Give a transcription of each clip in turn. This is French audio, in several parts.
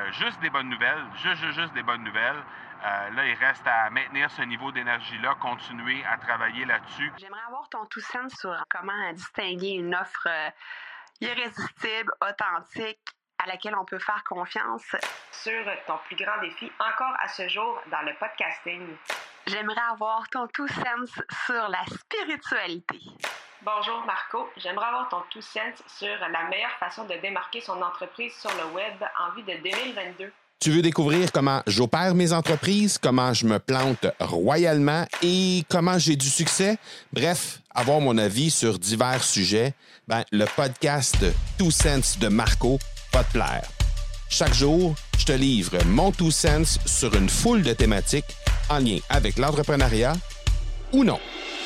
juste des bonnes nouvelles, juste des bonnes nouvelles. Là, il reste à maintenir ce niveau d'énergie-là, continuer à travailler là-dessus. J'aimerais avoir ton tout sens sur comment distinguer une offre irrésistible, authentique, à laquelle on peut faire confiance. Sur ton plus grand défi encore à ce jour dans le podcasting. J'aimerais avoir ton tout sens sur la spiritualité. Bonjour Marco, j'aimerais avoir ton tout sens sur la meilleure façon de démarquer son entreprise sur le web en vue de 2022. Tu veux découvrir comment j'opère mes entreprises, comment je me plante royalement et comment j'ai du succès? Bref, avoir mon avis sur divers sujets, le podcast Two Cents de Marco va te plaire. Chaque jour, je te livre mon Two Cents sur une foule de thématiques en lien avec l'entrepreneuriat ou non.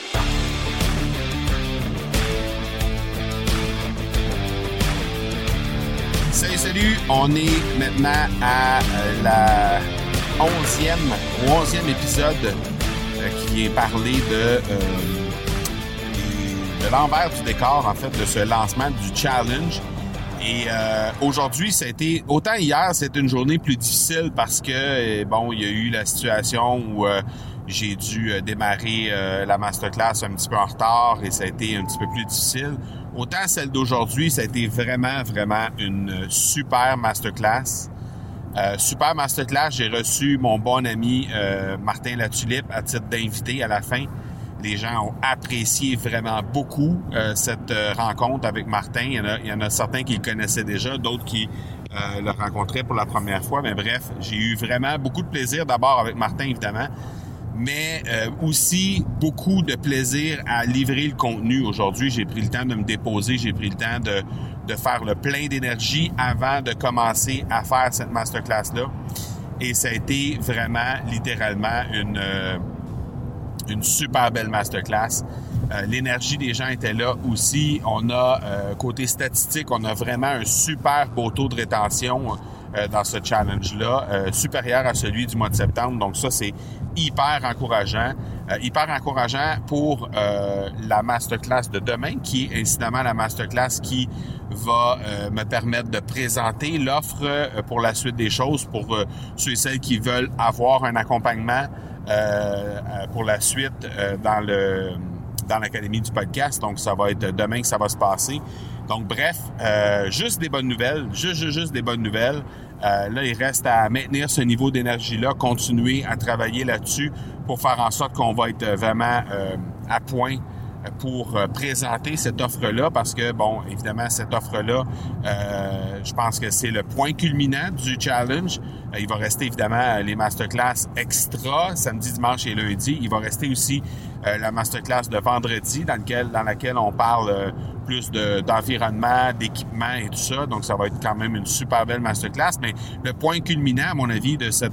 Salut! On est maintenant à la 11e épisode qui est parlé de l'envers du décor, en fait, de ce lancement du challenge. Et aujourd'hui, ça a été, autant hier, c'était une journée plus difficile parce que, il y a eu la situation où j'ai dû démarrer la masterclass un petit peu en retard et ça a été un petit peu plus difficile. Autant celle d'aujourd'hui, ça a été vraiment une super masterclass. J'ai reçu mon bon ami Martin Latulippe à titre d'invité à la fin. Les gens ont apprécié vraiment beaucoup cette rencontre avec Martin. Il y en a certains qui le connaissaient déjà, d'autres qui le rencontraient pour la première fois. Mais bref, j'ai eu vraiment beaucoup de plaisir d'abord avec Martin, évidemment, mais aussi beaucoup de plaisir à livrer le contenu. Aujourd'hui, j'ai pris le temps de me déposer, j'ai pris le temps de faire le plein d'énergie avant de commencer à faire cette masterclass-là. Et ça a été vraiment, littéralement, une super belle masterclass. L'énergie des gens était là aussi. On a, côté statistique, on a vraiment un super beau taux de rétention dans ce challenge-là, supérieur à celui du mois de septembre. Donc ça, c'est hyper encourageant. Hyper encourageant pour la masterclass de demain, qui est incidemment la masterclass qui va me permettre de présenter l'offre pour la suite des choses pour ceux et celles qui veulent avoir un accompagnement pour la suite dans l'Académie du podcast. Donc, ça va être demain que ça va se passer. Donc, bref, juste des bonnes nouvelles. Juste des bonnes nouvelles. Là, il reste à maintenir ce niveau d'énergie-là, continuer à travailler là-dessus pour faire en sorte qu'on va être vraiment à point pour présenter cette offre-là parce que, évidemment, cette offre-là, je pense que c'est le point culminant du challenge. Il va rester, évidemment, les masterclass extra, samedi, dimanche et lundi. Il va rester aussi la masterclass de vendredi dans laquelle on parle plus d'environnement, d'équipement et tout ça. Donc, ça va être quand même une super belle masterclass. Mais le point culminant, à mon avis, de ce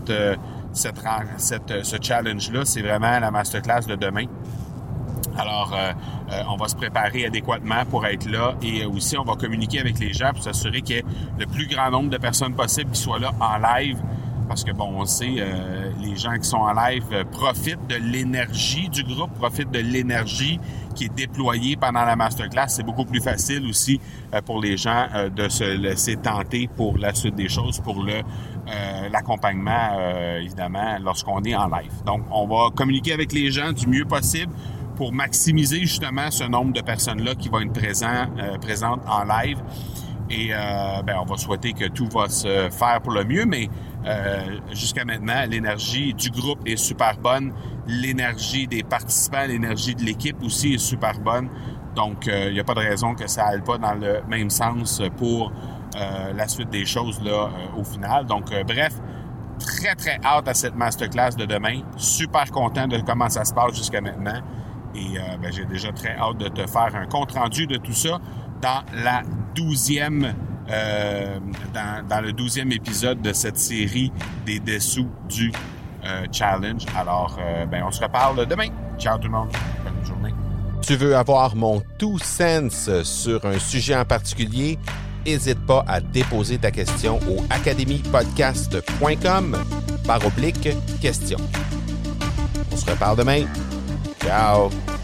challenge-là, c'est vraiment la masterclass de demain. Alors, on va se préparer adéquatement pour être là et aussi, on va communiquer avec les gens pour s'assurer qu'il y ait le plus grand nombre de personnes possible qui soient là en live. Parce que, on sait, les gens qui sont en live profitent de l'énergie du groupe, profitent de l'énergie qui est déployée pendant la masterclass. C'est beaucoup plus facile aussi pour les gens de se laisser tenter pour la suite des choses, pour l'accompagnement, évidemment, lorsqu'on est en live. Donc, on va communiquer avec les gens du mieux possible pour maximiser justement ce nombre de personnes-là qui vont être présentes en live. Et on va souhaiter que tout va se faire pour le mieux, mais jusqu'à maintenant, l'énergie du groupe est super bonne. L'énergie des participants, l'énergie de l'équipe aussi est super bonne. Donc, il n'y a pas de raison que ça n'aille pas dans le même sens pour la suite des choses là au final. Donc, bref, très hâte à cette masterclass de demain. Super content de comment ça se passe jusqu'à maintenant. Et j'ai déjà très hâte de te faire un compte-rendu de tout ça dans la 12e dans le 12e épisode de cette série des dessous du challenge. Alors, on se reparle demain. Ciao tout le monde. Bonne journée. Tu veux avoir mon two cents sur un sujet en particulier? N'hésite pas à déposer ta question au academypodcast.com/question. On se reparle demain. Ciao!